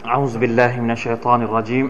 أعوذ بالله من الشيطان الرجيم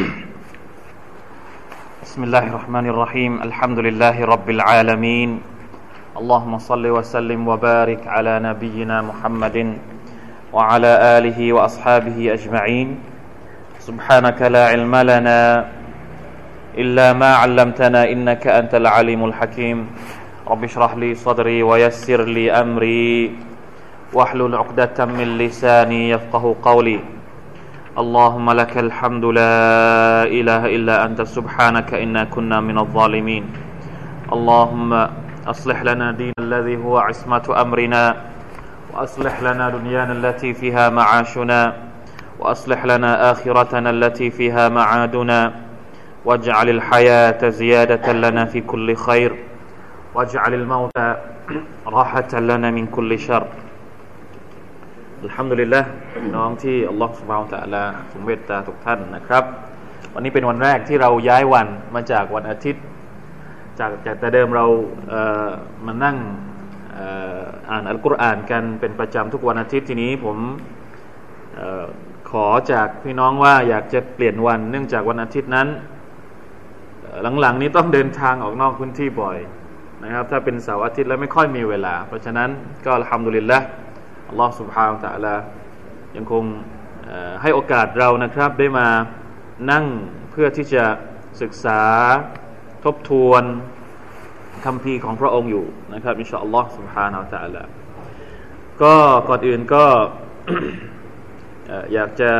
بسم الله الرحمن الرحيم الحمد لله رب العالمين اللهم صل وسلم وبارك على نبينا محمد وعلى آله وأصحابه أجمعين سبحانك لا علم لنا إلا ما علمتنا إنك أنت العليم الحكيم رب اشرح لي صدري ويسر لي أمري واحلل عقدة من لساني يفقه قولي اللهم لك الحمد لا إله إلا أنت سبحانك إنا كنا من الظالمين اللهم أصلح لنا دين الذي هو عصمة أمرنا وأصلح لنا دنيانا التي فيها معاشنا وأصلح لنا آخرتنا التي فيها معادنا واجعل الحياة زيادة لنا في كل خير واجعل الموت راحة لنا من كل شرอัลฮัมดุลิลละห์น้องที่อัลลอฮฺซุบฮานะฮูวะตะอาลาทรงเมตตาทุกท่านนะครับวันนี้เป็นวันแรกที่เราย้ายวันมาจากวันอาทิตย์จากแต่เดิมเรามานั่งอ่านอัลกุรอานกันเป็นประจำทุกวันอาทิตย์ทีนี้ผมขอจากพี่น้องว่าอยากจะเปลี่ยนวันเนื่องจากวันอาทิตย์นั้นหลังๆนี้ต้องเดินทางออกนอกพื้นที่บ่อยนะครับถ้าเป็นเสาร์อาทิตย์แล้วไม่ค่อยมีเวลาเพราะฉะนั้นก็อัลฮัมดุลิลละห์อัลลอฮฺ سبحانه และ تعالى ยังคงให้โอกาสเรานะครับได้มานั่งเพื่อที่จะศึกษาทบทวนคัมภีร์ของพระองค์อยู่นะครับอินชาอัลลอฮฺ سبحانه และ تعالى ก็ก่อนอื่นก็ อยากจะ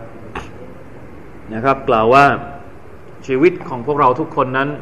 นะครับกล่าวว่าชีวิตของพวกเราทุกคนนั้น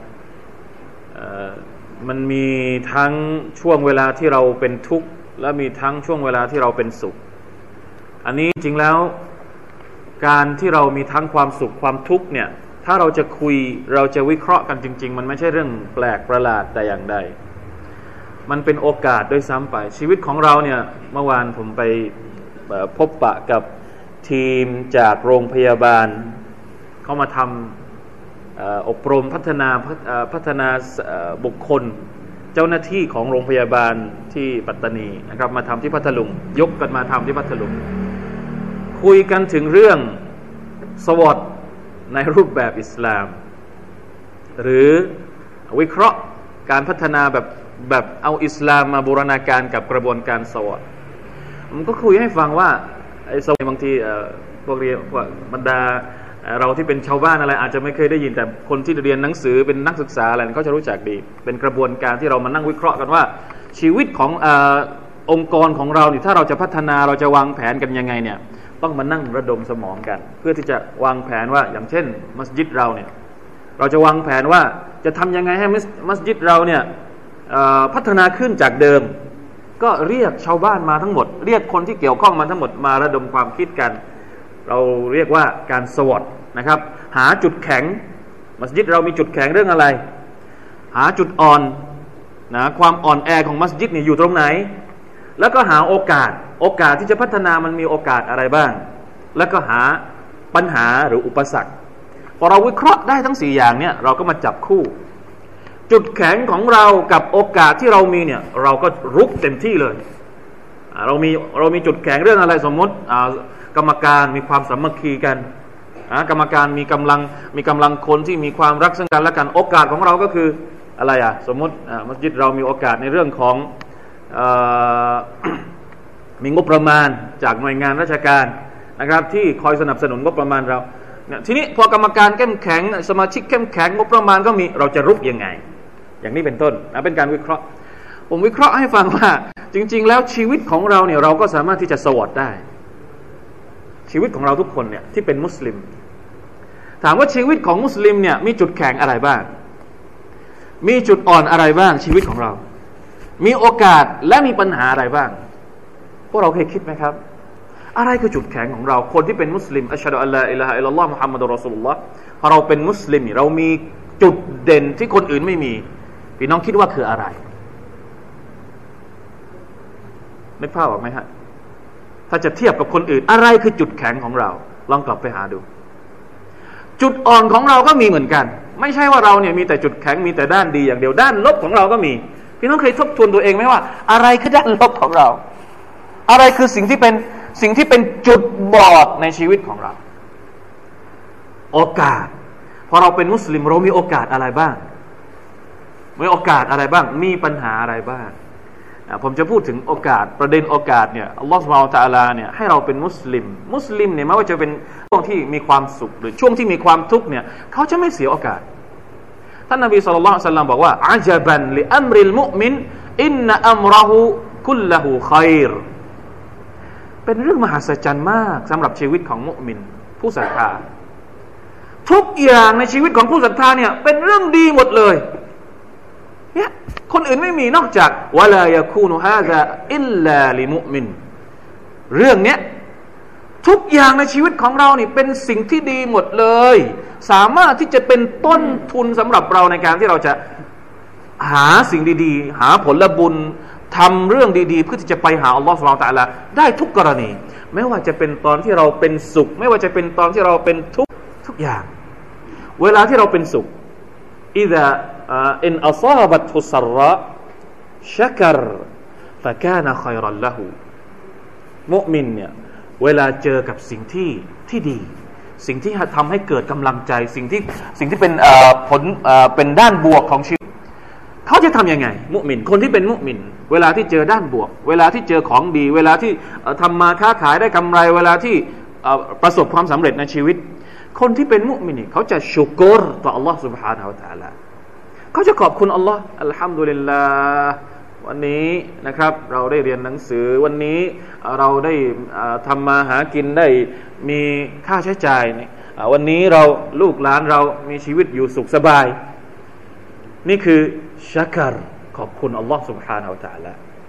มันมีทั้งช่วงเวลาที่เราเป็นทุกข์และมีทั้งช่วงเวลาที่เราเป็นสุขอันนี้จริงแล้วการที่เรามีทั้งความสุขความทุกข์เนี่ยถ้าเราจะคุยเราจะวิเคราะห์กันจริงๆมันไม่ใช่เรื่องแปลกประหลาดแต่อย่างใดมันเป็นโอกาสด้วยซ้ำไปชีวิตของเราเนี่ยเมื่อวานผมไปพบปะกับทีมจากโรงพยาบาลเข้ามาทำอบรมพัฒนาบุคคลเจ้าหน้าที่ของโรงพยาบาลที่ปัตตานีนะครับมาทำที่พัทลุงยกกันมาทำที่พัทลุงคุยกันถึงเรื่องสวอตในรูปแบบอิสลามหรือวิเคราะห์การพัฒนาแบบเอาอิสลามมาบูรณาการกับกระบวนการสวอตผมก็คุยให้ฟังว่าไอ้สวอตบางทีพวกบรรดาเราที่เป็นชาวบ้านอะไรอาจจะไม่เคยได้ยินแต่คนที่เรียนหนังสือเป็นนักศึกษาอะไรเขาจะรู้จักดีเป็นกระบวนการที่เรามานั่งวิเคราะห์กันว่าชีวิตขององค์กรของเราเนี่ยถ้าเราจะพัฒนาเราจะวางแผนกันยังไงเนี่ยต้องมานั่งระดมสมองกันเพื่อที่จะวางแผนว่าอย่างเช่นมัสยิดเราเนี่ยเราจะวางแผนว่าจะทำยังไงให้มัสยิดเราเนี่ยพัฒนาขึ้นจากเดิมก็เรียกชาวบ้านมาทั้งหมดเรียกคนที่เกี่ยวข้องมาทั้งหมดมาระดมความคิดกันเราเรียกว่าการสวอตนะครับหาจุดแข็งมัสยิดเรามีจุดแข็งเรื่องอะไรหาจุดอ่อนนะความอ่อนแอของมัสยิดนี่อยู่ตรงไหนแล้วก็หาโอกาสที่จะพัฒนามันมีโอกาสอะไรบ้างแล้วก็หาปัญหาหรืออุปสรรคพอเราวิเคราะห์ได้ทั้ง4อย่างเนี่ยเราก็มาจับคู่จุดแข็งของเรากับโอกาสที่เรามีเนี่ยเราก็รุกเต็มที่เลยเรามีจุดแข็งเรื่องอะไรสมมติกรรมการมีความสามัคคีกันกรรมการมีกำลังคนที่มีความรักซึ่งกันและกันโอกาสของเราก็คืออะไรสมมติมัสยิดเรามีโอกาสในเรื่องของมีงบประมาณจากหน่วยงานราชการนะครับที่คอยสนับสนุนงบประมาณเราทีนี้พอกรรมการเข้มแข็งสมาชิกเข้มแข็งงบประมาณก็มีเราจะรุกยังไงอย่างนี้เป็นต้นเป็นการวิเคราะห์ผมวิเคราะห์ให้ฟังว่าจริงๆแล้วชีวิตของเราเนี่ยเราก็สามารถที่จะสวอตได้ชีวิตของเราทุกคนเนี่ยที่เป็นมุสลิมถามว่าชีวิตของมุสลิมเนี่ยมีจุดแข็งอะไรบ้างมีจุดอ่อนอะไรบ้างชีวิตของเรามีโอกาสและมีปัญหาอะไรบ้างพวกเราเคยคิดไหมครับอะไรคือจุดแข็งของเราคนที่เป็นมุสลิมอัชฮะดุอัลลอฮฺอิลาฮะอิลลัลลอฮฺมุฮัมมัดุรรอซูลุลลอฮฺพอเราเป็นมุสลิมเรามีจุดเด่นที่คนอื่นไม่มีพี่น้องคิดว่าคืออะไรนึกภาพออกไหมฮะถ้าจะเทียบกับคนอื่นอะไรคือจุดแข็งของเราลองกลับไปหาดูจุดอ่อนของเราก็มีเหมือนกันไม่ใช่ว่าเราเนี่ยมีแต่จุดแข็งมีแต่ด้านดีอย่างเดียวด้านลบของเราก็มีพี่น้องเคยทบทวนตัวเองไหมว่าอะไรคือด้านลบของเราอะไรคือสิ่งที่เป็นสิ่งที่เป็นจุดบอดในชีวิตของเราโอกาสพอเราเป็นมุสลิมเรามีโอกาสอะไรบ้างมีโอกาสอะไรบ้างมีปัญหาอะไรบ้างผมจะพูดถึงโอกาสประเด็นโอกาสเนี่ยอัลลอฮฺซุบฮานะฮูวะตะอาลาเนี่ยให้เราเป็นมุสลิมเนี่ยไม่ว่าจะเป็นช่วงที่มีความสุขหรือช่วงที่มีความทุกข์เนี่ยเขาจะไม่เสียโอกาสท่านนบีศ็อลลัลลอฮุอะลัยฮิวะซัลลัมบอกว่าอะญะบันลิอัมริลมุอ์มินอินนะอัมรฮุคุลละฮูค็อยรเป็นเรื่องมหัศจรรย์มากสำหรับชีวิตของมุมินผู้ศรัทธาทุกอย่างในชีวิตของผู้ศรัทธาเนี่ยเป็นเรื่องดีหมดเลยเนี่ยคนอื่นไม่มีนอกจากวะลายะคูนุฮาซาอิลลาลิมุอ์มินเรื่องเนี้ยทุกอย่างในชีวิตของเรานี่เป็นสิ่งที่ดีหมดเลยสามารถที่จะเป็นต้นทุนสำหรับเราในการที่เราจะหาสิ่งดีๆหาผลบุญทำเรื่องดีๆเพื่อที่จะไปหาอัลลอฮฺซุบฮานะฮูวะตะอาลาได้ทุกกรณีไม่ว่าจะเป็นตอนที่เราเป็นสุขไม่ว่าจะเป็นตอนที่เราเป็นทุกอย่างเวลาที่เราเป็นสุขإذا إن أصابته السراء شكر فكان خيرا له มุมินเนี่ยเวลาเจอกับสิ่งที่ดีสิ่งที่ทำให้เกิดกำลังใจสิ่งที่เป็นผลเป็นด้านบวกของชีวิตเขาจะทำยังไงมุมินคนที่เป็นมุมินเวลาที่เจอด้านบวกเวลาที่เจอของดีเวลาที่ทำมาค้าขายได้กำไรเวลาที่ประสบความสำเร็จในชีวิตคนที่เป็นมุมินเขาจะชุกรต่อ Allah سبحانه และ تعالى เขาจะขอบคุณ Allah อัลฮัมดุลิลลาห์วันนี้นะครับเราได้เรียนหนังสือวันนี้เราได้ทำมาหากินได้มีค่าใช้จ่ายวันนี้เราลูกหลานเรามีชีวิตอยู่สุขสบายนี่คือชักรขอบคุณ Allah سبحانه และ تعالى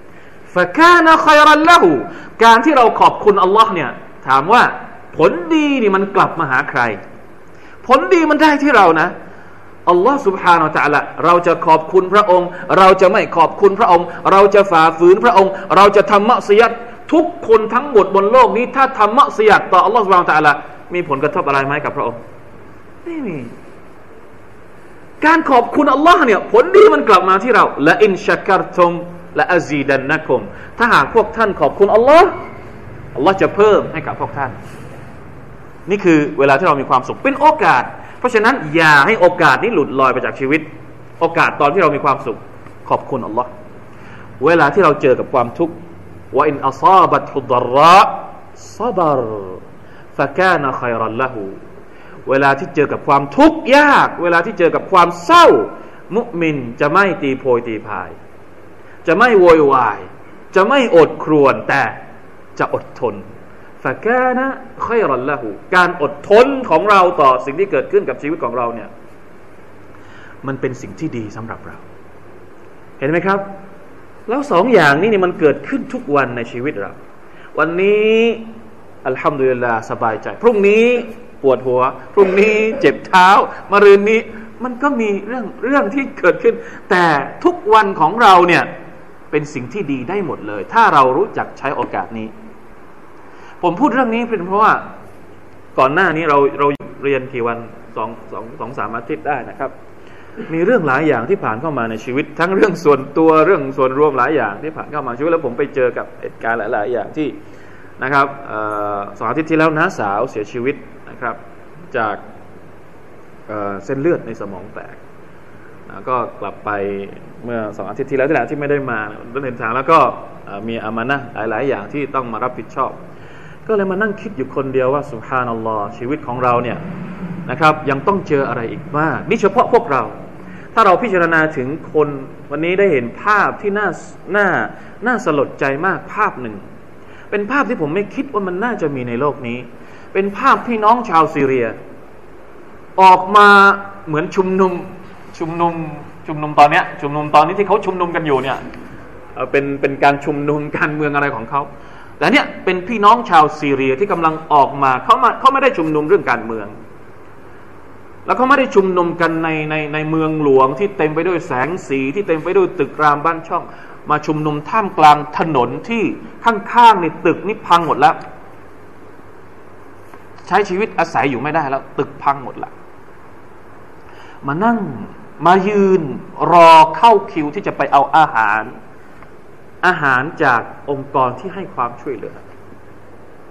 فكان خيرا له การที่เราขอบคุณ Allah เนี่ยถามว่าผลดีนี่มันกลับมาหาใครผลดีมันได้ที่เรานะอัลลอฮฺ سبحانه และ تعالى เราจะขอบคุณพระองค์เราจะไม่ขอบคุณพระองค์เราจะฝ่าฝืนพระองค์เราจะทำมักซิยัตทุกคนทั้งหมดบนโลกนี้ถ้าทำมักซิยัตต่ออัลลอฮฺ سبحانه และ تعالى มีผลกระทบอะไรไหมกับพระองค์ไม่มีการขอบคุณอัลลอฮ์เนี่ยผลดีมันกลับมาที่เราละอินชักรตุมละอะซีดันนะกุมถ้าหากพวกท่านขอบคุณอัลลอฮ์อัลลอฮ์จะเพิ่มให้กับพวกท่านนี่คือเวลาที่เรามีความสุขเป็นโอกาสเพราะฉะนั้นอย่าให้โอกาสนี้หลุดลอยไปจากชีวิตโอกาสตอนที่เรามีความสุขขอบคุณอัลลอฮ์เวลาที่เราเจอกับความทุกข์วะอินอัศาบัตฮุดรอซะบรฟะกานะค็อยรันละฮูเวลาที่เจอกับความทุกข์ยากเวลาที่เจอกับความเศร้ามุมินจะไม่ตีโพยตีพายจะไม่โวยวายจะไม่อดครวญแต่จะอดทนฟะกานะค็อยรันละฮูการอดทนของเราต่อสิ่งที่เกิดขึ้นกับชีวิตของเราเนี่ยมันเป็นสิ่งที่ดีสำหรับเราเห็นไหมครับแล้วสองอย่างนี้นี่มันเกิดขึ้นทุกวันในชีวิตเราวันนี้อัลฮัมดุลิลลาห์สบายใจพรุ่งนี้ปวดหัวพรุ่งนี้เจ็บเท้ามะรืนนี้มันก็มีเรื่องที่เกิดขึ้นแต่ทุกวันของเราเนี่ยเป็นสิ่งที่ดีได้หมดเลยถ้าเรารู้จักใช้โอกาสนี้ผมพูดเรื่องนี้เป็นเพราะว่าก่อนหน้านี้เราเรียนกี่วัน2-3 อาทิตย์ได้นะครับมีเรื่องหลายอย่างที่ผ่านเข้ามาในชีวิตทั้งเรื่องส่วนตัวเรื่องส่วนรวมหลายอย่างที่ผ่านเข้ามาชีวิตแล้วผมไปเจอกับเหตุการณ์หลายๆอย่างที่นะครับ2 อาทิตย์ที่แล้วน้าสาวเสียชีวิตนะครับจากเส้นเลือดในสมองแตกก็กลับไปเมื่อ2 อาทิตย์ที่แล้วที่ไม่ได้มาเดินทางแล้วก็มีอามานะห์หลายๆอย่างที่ต้องมารับผิดชอบก็เลยมานั่งคิดอยู่คนเดียวว่าซุบฮานัลลอฮ์ชีวิตของเราเนี่ยนะครับยังต้องเจออะไรอีกมากนี่เฉพาะพวกเราถ้าเราพิจารณาถึงคนวันนี้ได้เห็นภาพที่น่าสลดใจมากภาพหนึ่งเป็นภาพที่ผมไม่คิดว่ามันน่าจะมีในโลกนี้เป็นภาพพี่น้องชาวซีเรียออกมาเหมือนชุมนุมตอนนี้ที่เขาชุมนุมกันอยู่เนี่ยเป็นการชุมนุมการเมืองอะไรของเขาแต่เนี่ยเป็นพี่น้องชาวซีเรียที่กำลังออกมาเขาไม่ได้ชุมนุมเรื่องการเมืองแล้วเขาไม่ได้ชุมนุมกันในเมืองหลวงที่เต็มไปด้วยแสงสีที่เต็มไปด้วยตึกรามบ้านช่องมาชุมนุมท่ามกลางถนนที่ข้างๆในตึกนี่พังหมดแล้วใช้ชีวิตอาศัยอยู่ไม่ได้แล้วตึกพังหมดละมานั่งมายืนรอเข้าคิวที่จะไปเอาอาหารจากองค์กรที่ให้ความช่วยเหลือ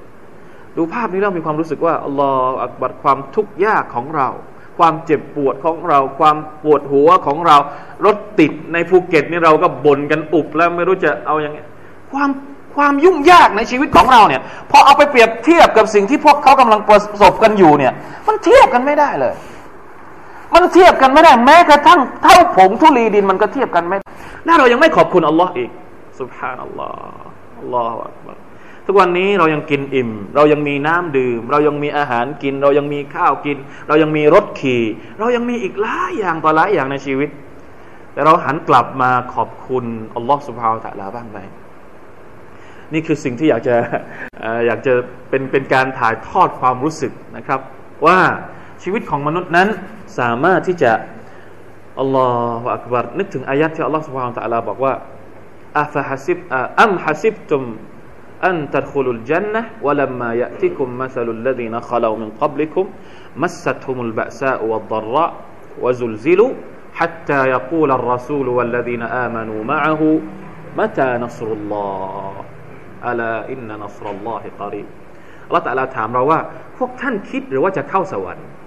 ดูภาพนี้แล้วมีความรู้สึกว่าอัลลอฮฺอักบัรความทุกข์ยากของเราความเจ็บปวดของเราความปวดหัวของเรารถติดในภูเก็ตนี่เราก็บ่นกันอุบแล้วไม่รู้จะเอาอย่างไงความยุ่งยากในชีวิตของเราเนี่ยพอเอาไปเปรียบเทียบกับสิ่งที่พวกเขากำลังประสบกันอยู่เนี่ยมันเทียบกันไม่ได้เลยมันเทียบกันไม่ได้แม้กระทั่งเท่าผงธุลีดินมันก็เทียบกันไม่ได้น่าเรายังไม่ขอบคุณอัลลอฮ์อีกซุบฮานัลลอฮ์อัลลอฮฺอักบัรทุกวันนี้เรายังกินอิ่มเรายังมีน้ำดื่มเรายังมีอาหารกินเรายังมีข้าวกินเรายังมีรถขี่เรายังมีอีกหลายอย่างต่อหลายอย่างในชีวิตแต่เราหันกลับมาขอบคุณอัลลอฮฺซุบฮานะฮูวะตะอาลาบ้างไหมนี่คือสิ่งที่อยากจะเป็นการถ่ายทอดความรู้สึกนะครับว่าชีวิตของมนุษย์นั้นสามารถที่จะอัลลอฮฺอักบัรนึกถึงอายัดที่อัลลอฮฺซุบฮานะฮูวะตะอาลาบอกว่าอัมฮะซิบตุมอันตัดขุลุลจันนะวะลัมมายะติกุมมัซลุลลซีนะคอลามินกับลิกุมมัสซัตฮุมุลบะซาอวัดฎรเราะวะซุลซิลูฮัตตายะกูลอัรรอซูลวัลลซีนะอามานูมะอะฮูมะตานัศรุลลอฮ์อะลาอินนะนัศรัลลอฮิกอรีบอัลเลาะห์ตะอาลาถามเราว่าพวกท่านคิดหรือว่าจะเข้าสวรรค์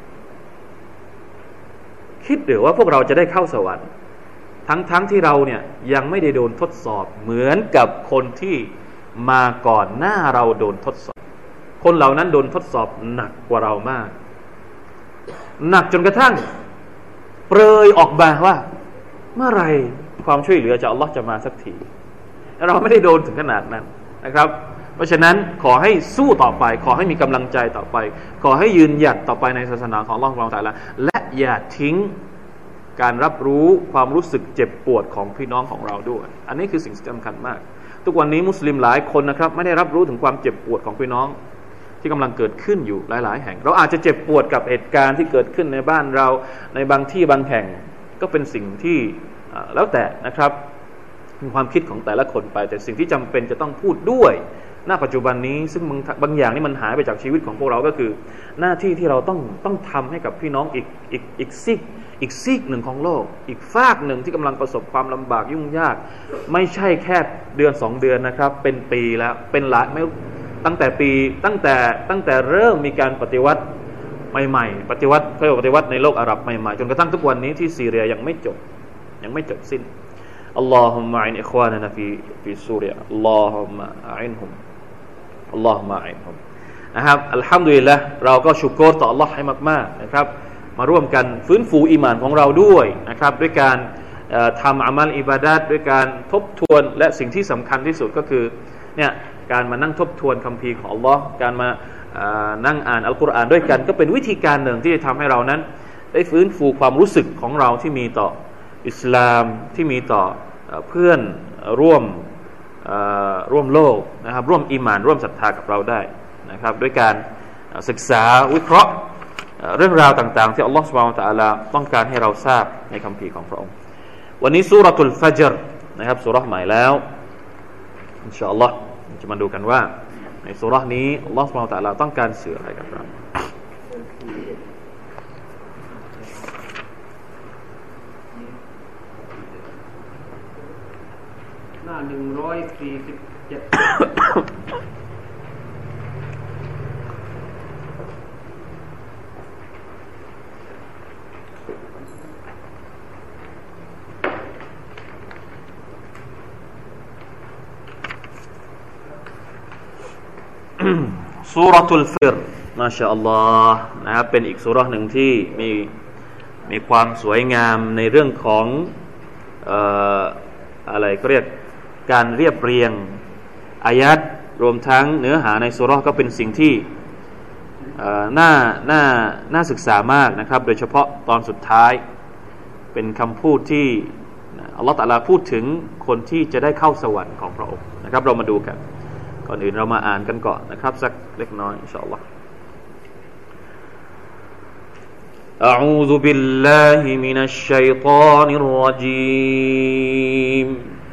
คิดหรือว่าพวกเราจะได้เข้าสวรรค์ทั้งที่เราเนี่ยยังไม่ได้โดนทดสอบเหมือนกับคนที่มาก่อนหน้าเราโดนทดสอบคนเหล่านั้นโดนทดสอบหนักกว่าเรามากหนักจนกระทั่งเปรยออกมาว่าเมื่อไรความช่วยเหลือจากอัลเลาะห์จะมาสักทีเราไม่ได้โดนถึงขนาดนั้นนะครับเพราะฉะนั้นขอให้สู้ต่อไปขอให้มีกำลังใจต่อไปขอให้ยืนหยัดต่อไปในศาสนาของอัลเลาะห์ซุบฮานะฮูวะตะอาลาและอย่าทิ้งการรับรู้ความรู้สึกเจ็บปวดของพี่น้องของเราด้วยอันนี้คือสิ่งสำคัญมากทุกวันนี้มุสลิมหลายคนนะครับไม่ได้รับรู้ถึงความเจ็บปวดของพี่น้องที่กำลังเกิดขึ้นอยู่หลายๆแห่งเราอาจจะเจ็บปวดกับเหตุการณ์ที่เกิดขึ้นในบ้านเราในบางที่บางแห่งก็เป็นสิ่งที่แล้วแต่นะครับเป็นความคิดของแต่ละคนไปแต่สิ่งที่จำเป็นจะต้องพูดด้วยณปัจจุบันนี้ซึ่งบางอย่างนี่มันหายไปจากชีวิตของพวกเราก็คือหน้าที่ที่เราต้องทำให้กับพี่น้องอีกซีกหนึ่งของโลกอีกฝากหนึ่งที่กำลังประสบความลำบากยุ่งยากไม่ใช่แค่เดือน2 เดือนนะครับเป็นปีแล้วเป็นหลายไม่ตั้งแต่เริ่มมีการปฏิวัติใหม่ๆปฏิวัติในโลกอาหรับใหม่ๆจนกระทั่งทุกวันนี้ที่ซีเรียยังไม่จบสิ้นอัลลอฮุมะอินอิควานะนะฟีซูริยะอัลลอฮุมะอินฮุมนะครับอัลฮัมดุลิลละห์เราก็ชุกรต่ออัลเลาะห์ให้มากๆนะครับมาร่วมกันฟื้นฟูอีหม่านของเราด้วยนะครับด้วยการทำอามัลอิบาดาตด้วยการทบทวนและสิ่งที่สำคัญที่สุดก็คือเนี่ยการมานั่งทบทวนคัมภีร์ของอัลเลาะห์การมานั่งอ่านอัลกุรอานด้วยกันก็เป็นวิธีการหนึ่งที่จะทำให้เรานั้นได้ฟื้นฟูความรู้สึกของเราที่มีต่ออิสลามที่มีต่อเพื่อนร่วมโลกนะครับร่วมอีหม่านร่วมศรัทธากับเราได้นะครับด้วยการศึกษาวิเคราะห์เรื่องราวต่างๆที่อัลลอฮฺซุบฮานะฮูวะตะอาลาต้องการให้เราทราบในคัมภีร์ของพระองค์วันนี้ซูเราะตุลฟัจรนะครับซูเราะห์ใหม่แล้วอินชาอัลลอฮ์จะมาดูกันว่าในซูเราะห์นี้อัลลอฮฺซุบฮานะฮูวะตะอาลาต้องการสื่ออะไรกับเราหน้า147 ซูเราะตุลฟิรมาชาอัลลอฮ์นะครับเป็นอีกซูเราะห์หนึ่งที่มีความสวยงามในเรื่องของอะไรก็เรียกการเรียบเรียงอายัดรวมทั้งเนื้อหาในซูเราะห์ก็เป็นสิ่งที่น่าศึกษามากนะครับโดยเฉพาะตอนสุดท้ายเป็นคำพูดที่อัลเลาะห์ตะอาลาพูดถึงคนที่จะได้เข้าสวรรค์ของพระองค์นะครับเรามาดูกันก่อนอื่นเรามาอ่านกันก่อนนะครับสักเล็กน้อยอินชาอัลลอฮ์أعوذ بالله من الشيطان الرجيم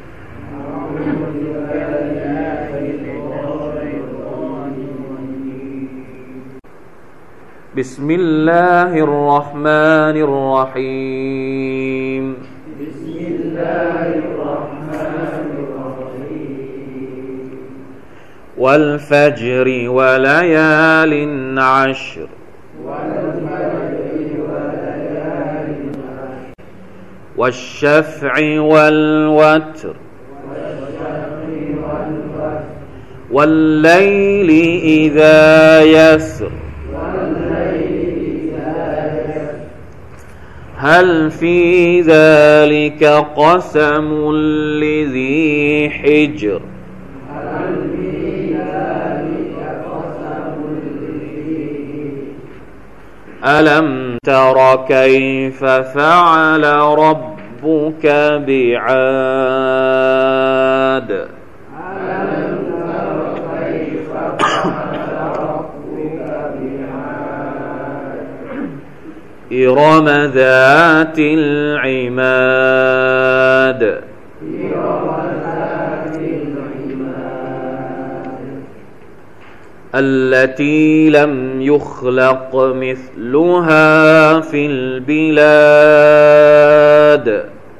بسم الله الرحمن الرحيم بسم الله الرحمن الرحيم والفجر وليال عشر والشفع والوتر والليل إذا يسر هل في ذلك قسم لذي حجر ألم تر كيف فعل ربك بعاد إرم ذات العماد التي لم يخلق مثلها في البلاد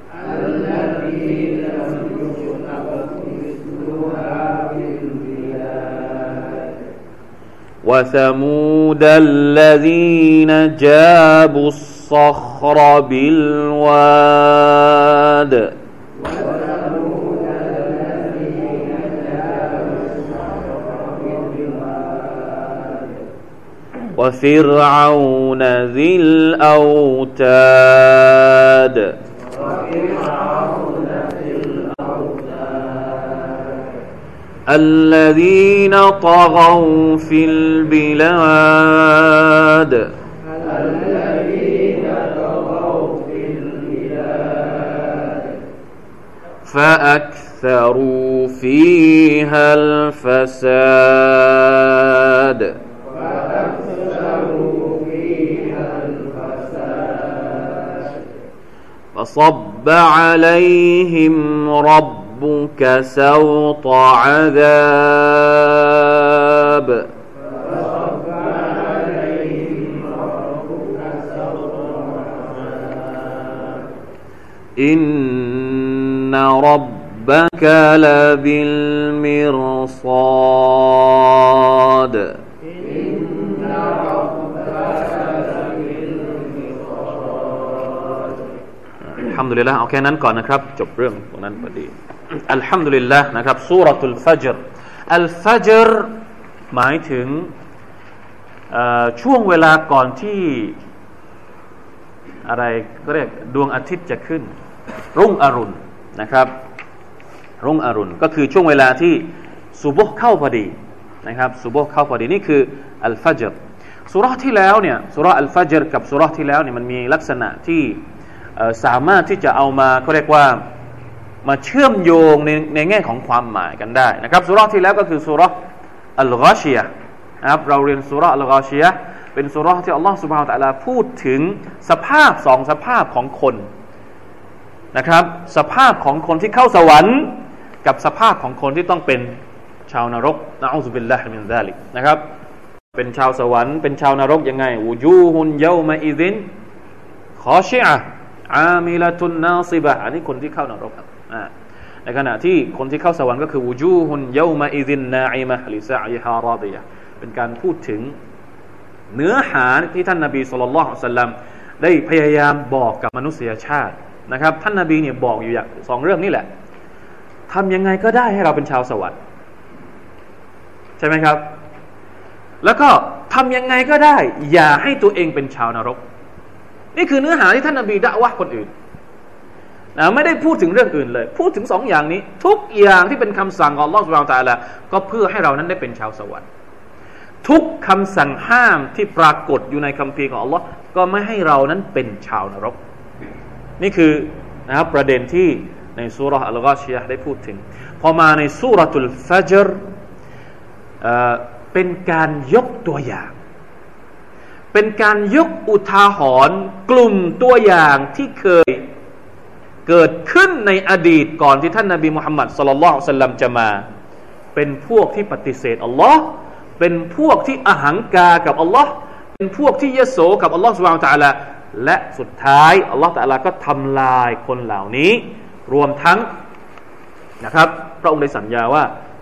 وثمود الذين جابوا الصخر بالواد وفرعون ذي الأوتاد الذين طغوا في البلاد فأكثروا فيها الفساد فصب عليهم ربك سوط عذاب إن ربك لبالمرصادอัลฮัมดุลิลละห์เอาแค่นั้นก่อนนะครับจบเรื่องตรงนั้นพอดีอัลฮัมดุลิลละห์นะครับซูเราะตุลฟัจรอัลฟัจรหมายถึงช่วงเวลาก่อนที่อะไรก็เรียกดวงอาทิตย์จะขึ้นรุ่งอรุณนะครับรุ่งอรุณก็คือช่วงเวลาที่ซุบฮ์เข้าพอดีนะครับซุบฮ์เข้าพอดีนี่คืออัลฟัจรซูเราะห์ที่แล้วเนี่ยซูเราะห์อัลฟัจรกับซูเราะห์ที่แล้วเนี่ยมันมีลักษณะที่สามารถที่จะเอามาเขาเรียกว่ามาเชื่อมโยงในแง่ของความหมายกันได้นะครับซูเราะห์ที่แล้วก็คือซูเราะห์อัลฆอชียะห์นะครับเราเรียนซูเราะห์อัลฆอชียะห์เป็นซูเราะห์ที่อัลลอฮฺซุบฮานะฮูวะตะอาลาพูดถึงสภาพสองสภาพของคนนะครับสภาพของคนที่เข้าสวรรค์กับสภาพของคนที่ต้องเป็นชาวนรกนะอูซุบิลลาฮิมินซาลิกนะครับเป็นชาวสวรรค์เป็นชาวนรกยังไงวูจูฮุนยอมะอิซินคอชิอะห์อามิละตุนนาซิบะห์อันนี้คนที่เข้านรกในขณะที่คนที่เข้าสวรรค์ก็คือวูจูฮุนยอมะอิซินนาอิมะห์ลิซะอิฮาราดิยะห์เป็นการพูดถึงเนื้อหาที่ท่านนบีศ็อลลัลลอฮุอะลัยฮิวะซัลลัมได้พยายามบอกกับมนุษยชาตินะครับท่านนบีเนี่ยบอกอยู่อย่างสองเรื่องนี่แหละทำยังไงก็ได้ให้เราเป็นชาวสวรรค์ใช่ไหมครับแล้วก็ทำยังไงก็ได้อย่าให้ตัวเองเป็นชาวนรกนี่คือเนื้อหาที่ท่านนบีดะอ์วะห์คนอื่นไม่ได้พูดถึงเรื่องอื่นเลยพูดถึงสองอย่างนี้ทุกอย่างที่เป็นคำสั่งของอัลลอฮฺซุบฮานะฮูวะตะอาลาก็เพื่อให้เรานั้นได้เป็นชาวสวรรค์ทุกคำสั่งห้ามที่ปรากฏอยู่ในคัมภีร์ของอัลลอฮ์ก็ไม่ให้เรานั้นเป็นชาวนรกนี่คือนะครับประเด็นที่ในซูเราะห์อัลฆอชียะห์ได้พูดถึงพอมาในซูเราะตุลฟัจรเป็นการยกตัวอย่างเป็นการยกอุทาหรณ์กลุ่มตัวอย่างที่เคยเกิดขึ้นในอดีตก่อนที่ท่านนบีมุฮัมมัดศ็อลลัลลอฮุอะลัยฮิวะซัลลัมจะมาเป็นพวกที่ปฏิเสธอัลลอฮ์เป็นพวกที่อหังการกับอัลลอฮ์เป็นพวกที่ยโสกับอัลลอฮ์ซุบฮานะฮูวะตะอาลาและสุดท้ายอัลลอฮ์ตะอาลาก็ทำลายคนเหล่านี้รวมทั้งนะครับพระองค์ได้สัญญาว่า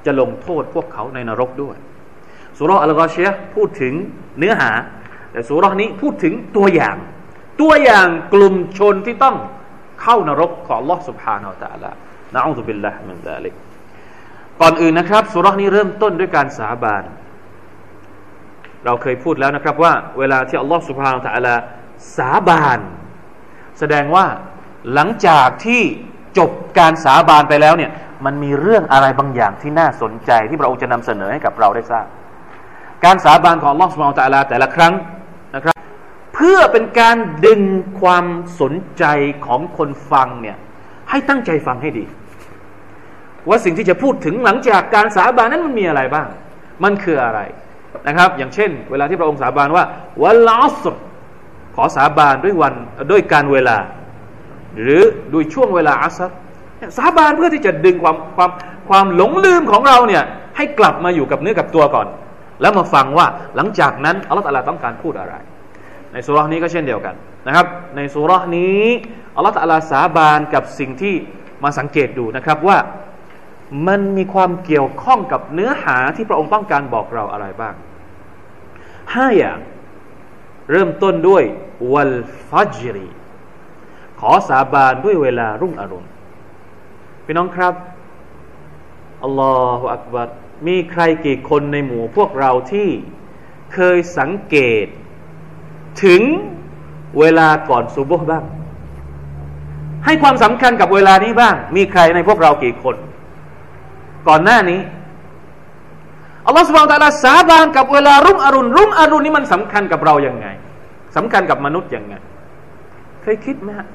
จะลงโทษพวกเขาในนรกด้วยซูเราะห์อัลฆอชิยะห์พูดถึงเนื้อหาแต่ซูเราะห์นี้พูดถึงตัวอย่างกลุ่มชนที่ต้องเข้านรกของอัลเลาะห์ซุบฮานะฮูวะตะอาลานะอูซุบิลลาฮิมินซาลิกก่อนอื่นนะครับซูเราะห์นี้เริ่มต้นด้วยการสาบานเราเคยพูดแล้วนะครับว่าเวลาที่อัลเลาะห์ซุบฮานะฮูวะตะอาลาสาบานแสดงว่าหลังจากที่จบการสาบานไปแล้วเนี่ยมันมีเรื่องอะไรบางอย่างที่น่าสนใจที่พระองค์จะนำเสนอให้กับเราได้ทราบการสาบานของอัลเลาะห์ซุบฮานะฮูวะตะอาลาแต่ละครั้งนะครับเพื่อเป็นการดึงความสนใจของคนฟังเนี่ยให้ตั้งใจฟังให้ดีว่าสิ่งที่จะพูดถึงหลังจากการสาบานนั้นมันมีอะไรบ้างมันคืออะไรนะครับอย่างเช่นเวลาที่พระองค์สาบานว่าวัลอัศรขอสาบานด้วยการเวลาหรือด้วยช่วงเวลาอัศรสาบานเพื่อที่จะดึงความหลงลืมของเราเนี่ยให้กลับมาอยู่กับเนื้อกับตัวก่อนแล้วมาฟังว่าหลังจากนั้นอัลเลาะห์ตะอาลาต้องการพูดอะไรในซูเราะห์นี้ก็เช่นเดียวกันนะครับในซูเราะห์นี้อัลเลาะห์ตะอาลาสาบานกับสิ่งที่มาสังเกตดูนะครับว่ามันมีความเกี่ยวข้องกับเนื้อหาที่พระองค์ต้องการบอกเราอะไรบ้าง5อย่างเริ่มต้นด้วยวัลฟัจรีขอสาบานด้วยเวลารุ่งอรุณพี่น้องครับอัลลอฮฺอักบัรมีใครกี่คนในหมู่พวกเราที่เคยสังเกตถึงเวลาก่อนซุบฮ์บ้างให้ความสำคัญกับเวลานี้บ้างมีใครในพวกเรากี่คนก่อนหน้านี้อัลลอฮฺซุบฮานะฮูวะตะอาลาสาบานกับเวลารุ่งอรุณนี่มันสำคัญกับเราอย่างไงสำคัญกับมนุษย์อย่างไงเคยคิดไหมฮะ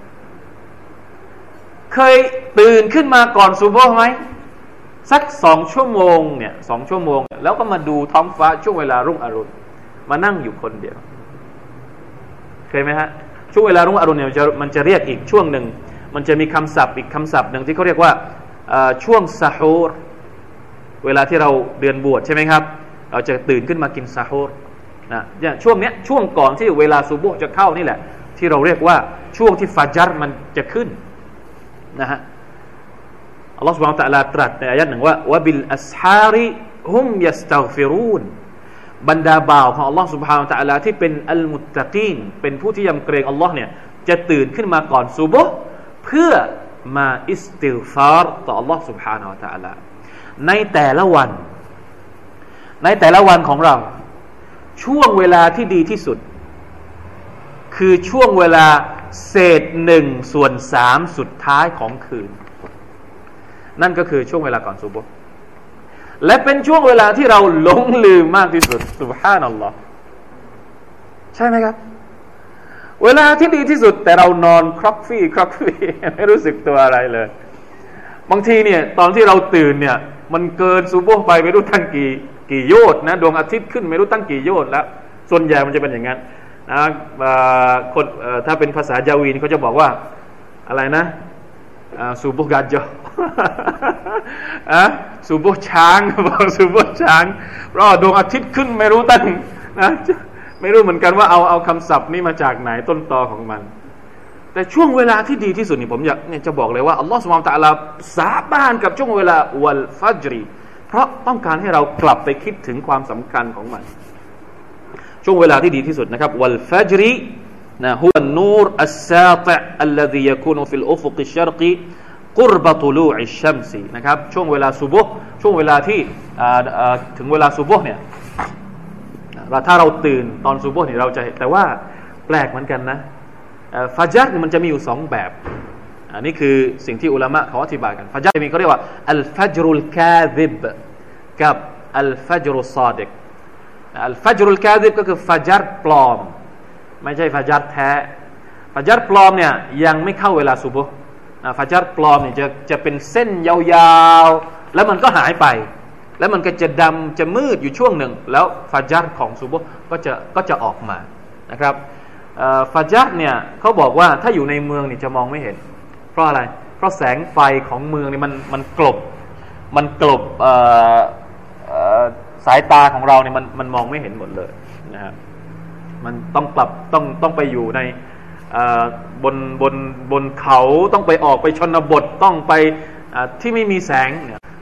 เคยตื่นขึ้นมาก่อนซุบฮ์ไหมสัก2 ชั่วโมงเนี่ย2 ชั่วโมงแล้วก็มาดูท้องฟ้าช่วงเวลารุ่งอรุณมานั่งอยู่คนเดียวเคยไหมฮะช่วงเวลารุ่งอรุณเนี่ยมันจะเรียกอีกช่วงหนึ่งมันจะมีคำศัพท์อีกคำศัพท์หนึ่งที่เขาเรียกว่าช่วงซะฮูรเวลาที่เราเดือนบวชใช่ไหมครับเราจะตื่นขึ้นมากินซะฮูรนะอย่างช่วงเนี้ยช่วงก่อนที่เวลาซุบฮ์จะเข้านี่แหละที่เราเรียกว่าช่วงที่ฟัจรมันจะขึ้นนะฮะอัลลอฮฺ سبحانه และ تعالى ตรัสในอายะห์หนึ่งว่าวะบิลอัสฮาริฮุมยัสตัฆฟิรูนบรรดาบ่าวของอัลลอฮฺ سبحانه และ تعالى ที่เป็นอัลมุตตะกีนเป็นผู้ที่ยำเกรงอัลลอฮ์เนี่ยจะตื่นขึ้นมาก่อนซุบฮ์เพื่อมาอิสติฆฟารต่ออัลลอฮฺ سبحانه และ تعالى ในแต่ละวันของเราช่วงเวลาที่ดีที่สุดคือช่วงเวลาเศษ1/3สุดท้ายของคืนนั่นก็คือช่วงเวลาก่อนซุบฮ์และเป็นช่วงเวลาที่เราหลงลืมมากที่สุดซุบฮานัลลอฮ์ใช่ไหมครับเวลาที่ดีที่สุดแต่เรานอนครอกฟี่ไม่รู้สึกตัวอะไรเลยบางทีเนี่ยตอนที่เราตื่นเนี่ยมันเกินซุบฮ์ไปไม่รู้ตั้งกี่โยชน์นะดวงอาทิตย์ขึ้นไม่รู้ตั้งกี่โยชน์แล้วส่วนใหญ่มันจะเป็นอย่างนั้นนะคนถ้าเป็นภาษาญาวีนเขาจะบอกว่าอะไรนะซูบุกาจอซูบุช้างบอกซูบุช้างเพราะดวงอาทิตย์ขึ้นไม่รู้ตั้งนะไม่รู้เหมือนกันว่าเอาคำศัพท์นี้มาจากไหนต้นตอของมันแต่ช่วงเวลาที่ดีที่สุดนี่ผมอยากเนี่ยจะบอกเลยว่าอัลลอฮฺซุบฮานะฮูวะตะอาลาสาบานกับช่วงเวลาวัลฟัจรีเพราะต้องการให้เรากลับไปคิดถึงความสำคัญของมันช่วงเวลาที่ดีที่สุดนะครับวัลฟัจรีนะฮุวันนูรอัสซาติอ์อัลลซียะคูนุฟิลอุฟุกิชชัรกีกุรบะตุลูอิชชัมซีนะครับช่วงเวลาซุบฮ์ช่วงเวลาที่ถึงเวลาซุบฮ์เนี่ยถ้าเราตื่นตอนซุบฮ์เนี่ยเราจะแต่ว่าแปลกเหมือนกันนะฟัจรเนี่ยมันจะมีอยู่2แบบอันนี้คือสิ่งที่อุลามะเขาอธิบายกันฟัจรมีเขาเรียกว่าอัลฟัจรุลกาซิบกับอัลฟัจรุลซอดิกอัลฟัจรุลกาซิบก็คือฟัจรปลอมไม่ใช่ฟัจรแท้ฟัจรปลอมเนี่ยยังไม่เข้าเวลาซุบฮ์ฟัจรปลอมเนี่ยจะเป็นเส้นยาวๆแล้วมันก็หายไปแล้วมันก็จะดำจะมืดอยู่ช่วงหนึ่งแล้วฟัจรของซุบฮ์ก็จะออกมานะครับฟัจรเนี่ยเขาบอกว่าถ้าอยู่ในเมืองนี่จะมองไม่เห็นเพราะอะไรเพราะแสงไฟของเมืองนี่มันกลบสายตาของเราเนี่ยมันมองไม่เห็นหมดเลยนะครับมันต้องไปอยู่ในบนเขาต้องไปออกไปชนบทต้องไปที่ไม่มีแสงเนี่ย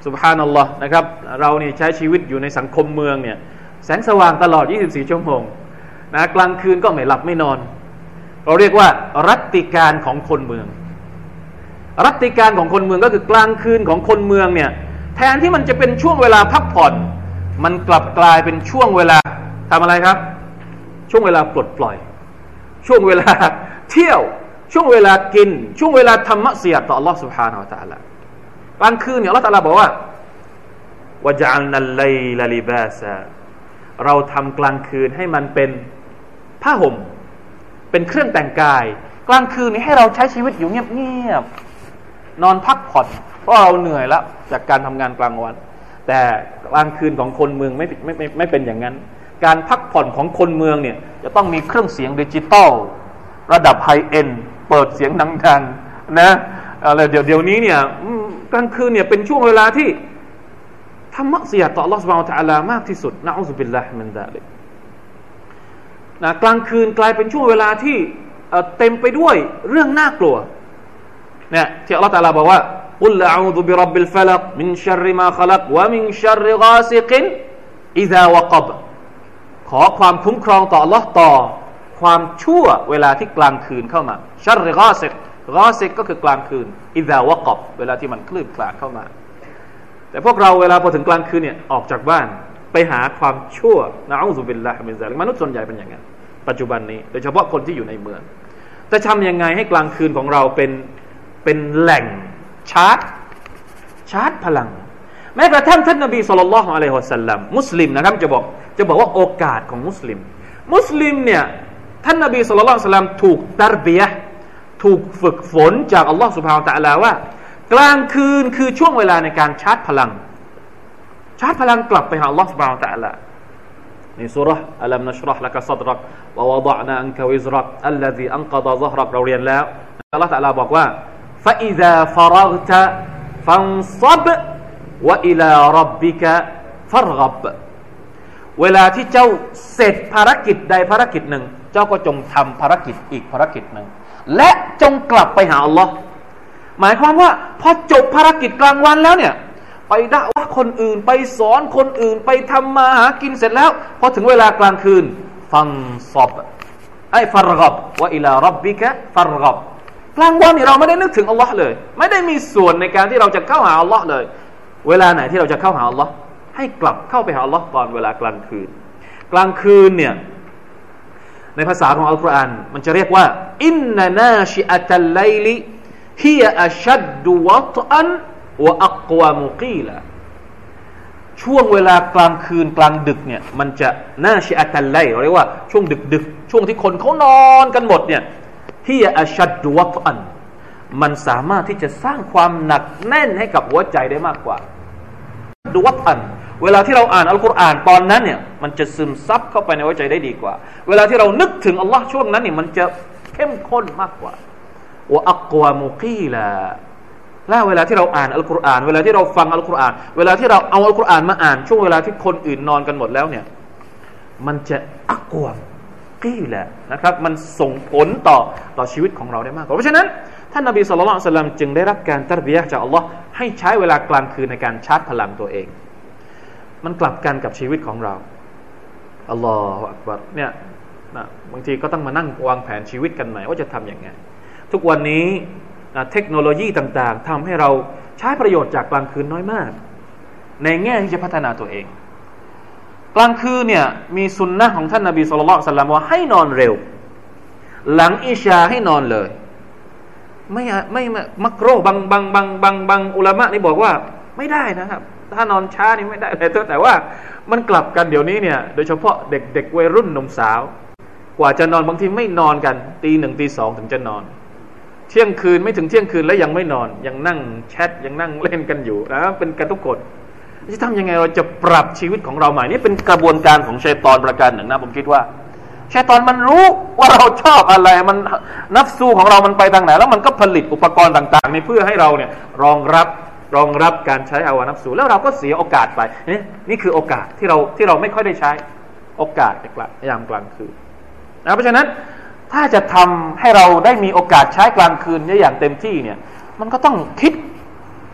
ซุบฮานัลลอฮ์นะครับเราเนี่ยใช้ชีวิตอยู่ในสังคมเมืองเนี่ยแสงสว่างตลอด24ชั่วโมงนะกลางคืนก็ไม่หลับไม่นอนเราเรียกว่ารัตติการของคนเมืองรัตติการของคนเมืองก็คือกลางคืนของคนเมืองเนี่ยแทนที่มันจะเป็นช่วงเวลาพักผ่อนมันกลับกลายเป็นช่วงเวลาทำอะไรครับช่วงเวลาปลดปล่อยช่วงเวลาเที่ยวช่วงเวลากินช่วงเวลาทำมัสยิดต่อ Allah Subhanahu Wa Taala กลางคืนเนี่ย Allah Taala บอกว่าวะญะอัลนัลไลลลิบาซาเราทำกลางคืนให้มันเป็นผ้าห่มเป็นเครื่องแต่งกายกลางคืนนี้ให้เราใช้ชีวิตอยู่เงียบๆนอนพักผ่อนเพราะเราเหนื่อยแล้วจากการทำงานกลางวันแต่กลางคืนของคนเมืองไม่เป็นอย่างนั้นการพักผ่อนของคนเมืองเนี่ยจะต้องมีเครื่องเสียงดิจิตอลระดับไฮเอ็นด์เปิดเสียงดังๆนะอะไรเดี๋ยวนี้เนี่ยกลางคืนเนี่ยเป็นช่วงเวลาที่ทำมัสยิดต่อ Allah Subhanahu Wa Taala มากที่สุดนะอูซุบิลลาฮิมินซาลิกนะกลางคืนกลายเป็นช่วงเวลาที่เต็มไปด้วยเรื่องน่ากลัวเนี่ยที่ Allah Taala บอกว่ากุลอะอูซุบิร็อบบิลฟะลักมินชัรริมาคอลักวะมินชัรริฆาซิกินอิซาวะกับขอความคุ้มครองต่อ Allah ต่อความชั่วเวลาที่กลางคืนเข้ามาชัรริฆาซิกก็คือกลางคืนอิซาวะกับเวลาที่มันคลื่นคลาดเข้ามาแต่พวกเราเวลาพอถึงกลางคืนเนี่ยออกจากบ้านไปหาความชั่วนะอูซุบิลลาฮิมินซาลิกมนุษย์ส่วนใหญ่เป็นอย่างนั้นปัจจุบันนี้โดยเฉพาะคนที่อยู่ในเมืองจะทำยังไงให้กลางคืนของเราเป็นแหล่งชาร์จพลังแม้กระทั่งท่านนบีศ็อลลัลลอฮุอะลัยฮิวะซัลลัมมุสลิมนะครับจะบอกว่าโอกาสของมุสลิมเนี่ยท่านนบีศ็อลลัลลอฮุอะลัยฮิวะซัลลัมถูกตัรบียะห์ถูกฝึกฝนจากอัลลอฮฺซุบฮานะฮูวะตะอาลาว่ากลางคืนคือช่วงเวลาในการชาร์จพลังกลับไปหาอัลลอฮฺซุบฮานะฮูวะตะอาลาในซูเราะห์อัลัมนัชเราะห์ละกะซัดรักวะวะฎอนาอันกะวิซรักอัลลซีอันกะฎอซะฮรักเราเรียนแล้วอัลลอฮฺตะอาลาบอกว่าฟะอิซาฟะรัฆตะฟันศบวะอิลาร็อบบิกะฟัรฆบเวลาที่เจ้าเสร็จภารกิจใดภารกิจหนึ่งเจ้าก็จงทำภารกิจอีกภารกิจหนึ่งและจงกลับไปหาอัลลอฮ์หมายความว่าพอจบภารกิจกลางวันแล้วเนี่ยไปดะอ์วะห์คนอื่นไปสอนคนอื่นไปทำมาหากินเสร็จแล้วพอถึงเวลากลางคืนฟันศบไอ้ฟัรฆบวะอิลาร็อบบิกะฟัรฆบกลางวันนี่เราไม่ได้นึกถึงอัลลอฮ์เลยไม่ได้มีส่วนในการที่เราจะเข้าหาอัลลอฮ์เลยเวลาไหนที่เราจะเข้าหาอัลลอฮ์ให้กลับเข้าไปหาอัลลอฮ์ตอนเวลากลางคืนเนี่ยในภาษาของอัลกุรอานมันจะเรียกว่าอินนานาชิอะตัลไลลิฮิยะอัชัดดุวัตอันวะอักวามุกีลาช่วงเวลากลางคืนกลางดึกเนี่ยมันจะนาชิอะตัลไลเรียกว่าช่วงดึกช่วงที่คนเขานอนกันหมดเนี่ยฮิยะอัชัดดุวัตอันมันสามารถที่จะสร้างความหนักแน่นให้กับหัวใจได้มากกว่าดุวัตอันเวลาที่เราอ่านอัลกุรอานตอนนั้นเนี่ยมันจะซึมซับเข้าไปในหัวใจได้ดีกว่าเวลาที่เรานึกถึงอัลลอฮ์ช่วงนั้นเนี่ยมันจะเข้มข้นมากกว่าวะอักวามุกีลาและเวลาที่เราอ่านอัลกุรอานเวลาที่เราฟังอัลกุรอานเวลาที่เราเอาอัลกุรอานมาอ่านช่วงเวลาที่คนอื่นนอนกันหมดแล้วเนี่ยมันจะอักวากีลานะครับมันส่งผลต่อชีวิตของเราได้มากกว่าเพราะฉะนั้นท่านนบีศ็อลลัลลอฮุอะลัยฮิวะซัลลัมจึงได้รับการตัรบียะห์จากอัลลอฮ์ให้ใช้เวลากลางคืนในการชาร์จพลังตัวเองมันกลับกันกับชีวิตของเราอัลลอฮฺอักบัรเนี่ยนะบางทีก็ต้องมานั่งวางแผนชีวิตกันใหม่ว่าจะทำอย่างไงทุกวันนี้นะเทคโนโลยีต่างๆทำให้เราใช้ประโยชน์จากกลางคืนน้อยมากในแง่ที่จะพัฒนาตัวเองกลางคืนเนี่ยมีสุนนะของท่านนบีศ็อลลัลลอฮุอะลัยฮิวะซัลลัมว่าให้นอนเร็วหลังอิชาให้นอนเลยไม่มักโรบางอุลามะนี่บอกว่าไม่ได้นะครับถ้านอนช้านี่ไม่ได้เลยแต่ว่ามันกลับกันเดี๋ยวนี้เนี่ยโดยเฉพาะเด็กวัยรุ่นหนุ่มสาวกว่าจะนอนบางทีไม่นอนกันตีหนึ่งตีสองถึงจะนอนเที่ยงคืนไม่ถึงเที่ยงคืนแล้วยังไม่นอนยังนั่งแชทยังนั่งเล่นกันอยู่นะเป็นกันทุกคนจะทำยังไงเราจะปรับชีวิตของเราใหม่นี่เป็นกระบวนการของชัยฏอนประการหนึ่งนะผมคิดว่าชัยฏอนมันรู้ว่าเราชอบอะไรมันนัฟซูของเรามันไปทางไหนแล้วมันก็ผลิตอุปกรณ์ต่างๆนี่เพื่อให้เราเนี่ยรองรับการใช้อาวานัฟซูแล้วเราก็เสียโอกาสไปนี่คือโอกาสที่เราไม่ค่อยได้ใช้โอกาสยามกลางคืนนะเพราะฉะนั้นถ้าจะทำให้เราได้มีโอกาสใช้กลางคืนได้อย่างเต็มที่เนี่ยมันก็ต้องคิด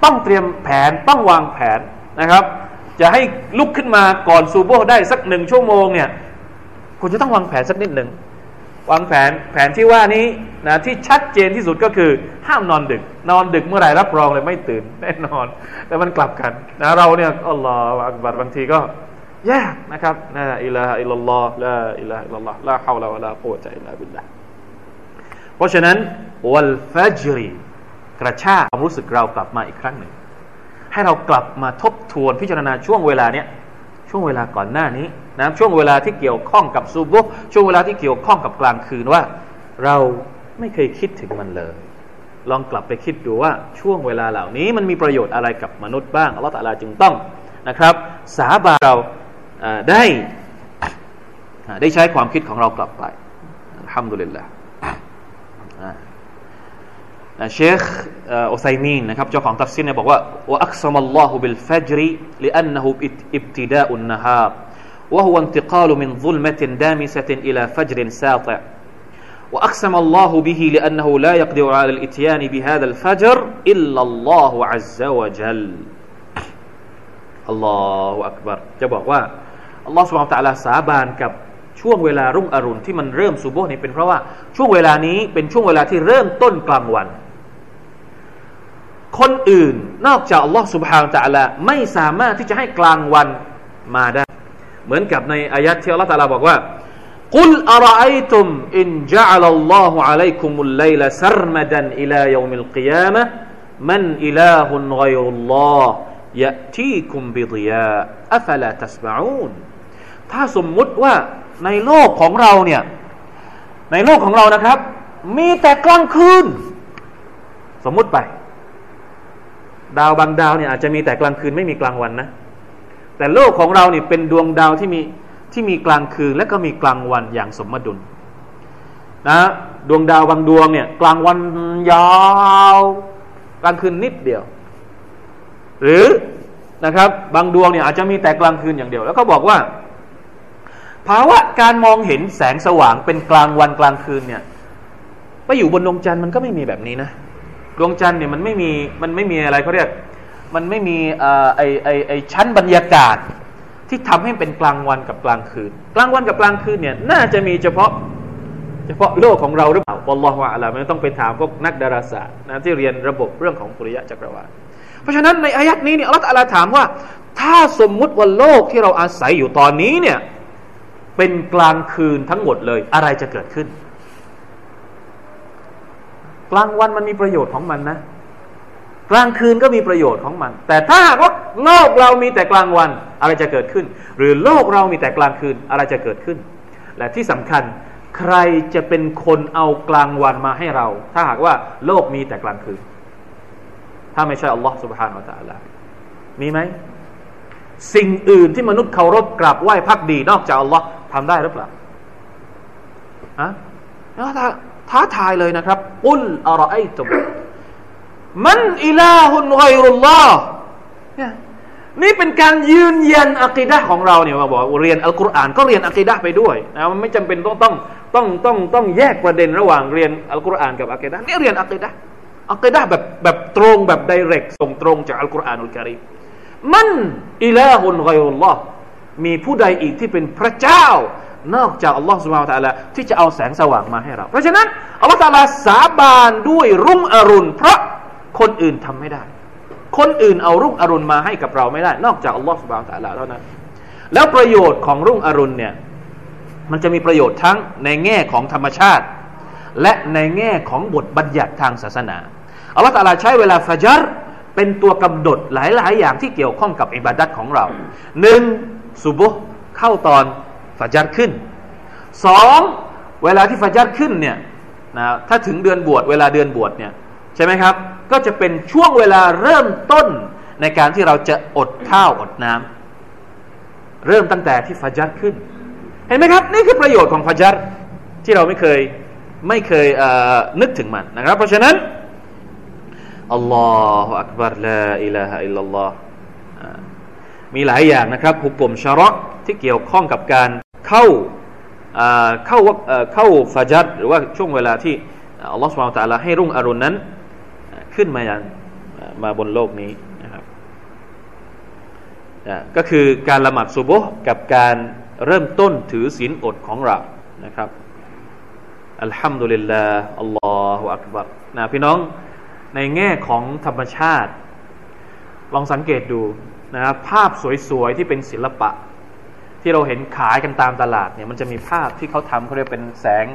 ต้องเตรียมแผนต้องวางแผนนะครับจะให้ลุกขึ้นมาก่อนซูโบห์ได้สัก1 ชั่วโมงเนี่ยคุณจะต้องวางแผนสักนิดหนึ่งวางแผนที่ว่านี้นะที่ชัดเจนที่สุดก็คือห้ามนอนดึกเมื่อไหร่รับรองเลยไม่ตื่นแน่นอนแต่มันกลับกันนะเราเนี่ยอัลลอฮฺอักบัรบางทีก็ยากนะครับลาอิลาฮะอิลลัลลอฮ์ลาอิลาฮะอิลลัลลอฮ์ลาฮาวละวะลากุวะตะอิลลาบิลลาห์เพราะฉะนั้นวัลฟัจริกระชากความรู้สึกเรากลับมาอีกครั้งหนึ่งให้เรากลับมาทบทวนพิจารณาช่วงเวลาเนี้ยช่วงเวลาก่อนหน้านี้นะช่วงเวลาที่เกี่ยวข้องกับซุบฮ์ช่วงเวลาที่เกี่ยวข้องกับกลางคืนว่าเราไม่เคยคิดถึงมันเลยลองกลับไปคิดดูว่าช่วงเวลาเหล่านี้มันมีประโยชน์อะไรกับมนุษย์บ้างอัลเลาะห์ตะอาลาจึงต้องนะครับสาบานเราได้ใช้ความคิดของเรากลับไปอัลฮัมดุลิลลาห์เชคอุซัยมีนนะครับเจ้าของตัฟซีรเนี่ยบอกว่าวะอักซัมัลลอฮุบิลฟัจริلأنه ابتداء النهار وهو انتقال من ظلمة دامسة إلى فجر ساطع وأقسم الله به لأنه لا يقدر على الإتيان بهذا الفجر إلا الله عز وجل الله أكبر จะบอกว่าอัลลอฮฺซุบฮานะฮูวะตะอาลาสาบานกับช่วงเวลารุ่งอรุณที่มันเริ่มซุบฮ์นี่เป็นเพราะว่าช่วงเวลานี้เป็นช่วงเวลาที่เริ่มต้นกลางวันคนอื่นนอกจากอัลลอฮฺซุบฮานะฮูวะตะอาลาไม่สามารถที่จะให้กลางวันมาได้เหมือนกับในอายะห์ที่อัลลอฮฺตะอาลาบอกว่ากุลอะรออัยตุมอินญะอะลัลลอฮุอะลัยกุมุลไลละซัรมะดันอิลายอมิลกิยามะฮ์มันอิลาฮุนฆอยรุลลอฮ์ยะตีกุมบิฎิยาอะฟะลาตัสมะอูนถ้าสมมุติว่าในโลกของเราเนี่ยในโลกของเรานะครับมีแต่กลางคืนสมมุติไปดาวบางดาวเนี่ยอาจจะมีแต่กลางคืนไม่มีกลางวันนะแต่โลกของเราเนี่ยเป็นดวงดาวที่มีกลางคืนและก็มีกลางวันอย่างสมดุลนะดวงดาวบางดวงเนี่ยกลางวันยาวกลางคืนนิดเดียวหรือนะครับบางดวงเนี่ยอาจจะมีแต่กลางคืนอย่างเดียวแล้วก็บอกว่าภาวะการมองเห็นแสงสว่างเป็นกลางวันกลางคืนเนี่ยไปอยู่บนดวงจันทร์มันก็ไม่มีแบบนี้นะดวงจันทร์เนี่ยมันไม่มีอะไรเขาเรียกมันไม่มีไอชั้นบรรยากาศที่ทำให้เป็นกลางวันกับกลางคืนกลางวันกับกลางคืนเนี่ยน่าจะมีเฉพาะโลกของเราหรือเปล่าวัลลอฮุอะลัมไม่ต้องไปถามพวกนักดาราศาสตร์นะที่เรียนระบบเรื่องของสุริยะจักรวาลเพราะฉะนั้นในอายัดนี้เนี่ยอัลเลาะห์ตะอาลาถามว่าถ้าสมมุติว่าโลกที่เราอาศัยอยู่ตอนนี้เนี่ยเป็นกลางคืนทั้งหมดเลยอะไรจะเกิดขึ้นกลางวันมันมีประโยชน์ของมันนะกลางคืนก็มีประโยชน์ของมันแต่ถ้าหากว่าโลกเรามีแต่กลางวันอะไรจะเกิดขึ้นหรือโลกเรามีแต่กลางคืนอะไรจะเกิดขึ้นและที่สำคัญใครจะเป็นคนเอากลางวันมาให้เราถ้าหากว่าโลกมีแต่กลางคืนถ้าไม่ใช่อัลลอฮฺ سبحانه และ تعالى มีไหมสิ่งอื่นที่มนุษย์เคารพกราบไหว้ภักดีนอกจากอัลลอฮ์ทำได้หรือเปล่าท้าทายเลยนะครับกุลอะรออัยตุมมันอิลาฮุนฆอยรุลลอฮ์นี่เป็นการยืนยันอะกีดะห์ของเราเนี่ยมาบอกเรียนอัลกุรอานก็เรียนอะกีดะห์ไปด้วยนะมันไม่จำเป็นต้องแยกประเด็นระหว่างเรียนอัลกุรอานกับอะกีดะห์นี่เรียนอะกีดะห์แบบตรงแบบไดเรกส่งตรงจากอัลกุรอานุลกะรีมมันอิลาฮุนฆอยรุลลอฮ์มีผู้ใดอีกที่เป็นพระเจ้านอกจากอัลลอฮฺซุบฮานะฮูวะตะอาลาที่จะเอาแสงสว่างมาให้เราเพราะฉะนั้นอัลลอฮฺตะอาลาสาบานด้วยรุ่งอรุณเพราะคนอื่นทำไม่ได้คนอื่นเอารุ่งอรุณมาให้กับเราไม่ได้นอกจากอัลลอฮฺซุบฮานะฮูวะตะอาลาเท่านั้นแล้วประโยชน์ของรุ่งอรุณเนี่ยมันจะมีประโยชน์ทั้งในแง่ของธรรมชาติและในแง่ของบทบัญญัติทางศาสนาอัลลอฮฺตะอาลาใช้เวลาฟัจรเป็นตัวกำหนดหลายๆอย่างที่เกี่ยวข้องกับอิบาดัตของเรา1ซุบฮ์เข้าตอนฟัจรขึ้น2เวลาที่ฟัจรขึ้นเนี่ยนะถ้าถึงเดือนบวชเวลาเดือนบวชเนี่ยใช่ไหมครับก็จะเป็นช่วงเวลาเริ่มต้นในการที่เราจะอดข้าวอดน้ำเริ่มตั้งแต่ที่ฟัจรขึ้นเห็นไหมครับนี่คือประโยชน์ของฟัจรที่เราไม่เคยนึกถึงมันนะครับเพราะฉะนั้นอัลลอฮฺอักบัรลาอิลาฮะอิลลัลลอฮ์มีหลายอย่างนะครับหุกกลมชะเราะห์ที่เกี่ยวข้องกับการเข้าฟัจรหรือว่าช่วงเวลาที่อัลลอฮฺซุบฮานะฮูวะตะอาลาให้รุ่งอรุณนั้นขึ้นมาอย่างมาบนโลกนี้นะครับก็คือการละหมาดซุบฮ์กับการเริ่มต้นถือศีลอดของเรานะครับอัลฮัมดุลิลลาห์อัลลอฮุอักบัรนะพี่น้องในแง่ของธรรมชาติลองสังเกตดูนะครับภาพสวยๆที่เป็นศิลปะที่เราเห็นขายกันตามตลาดเนี่ยมันจะมีภาพที่เขาทำเขาเรียกเป็นแสง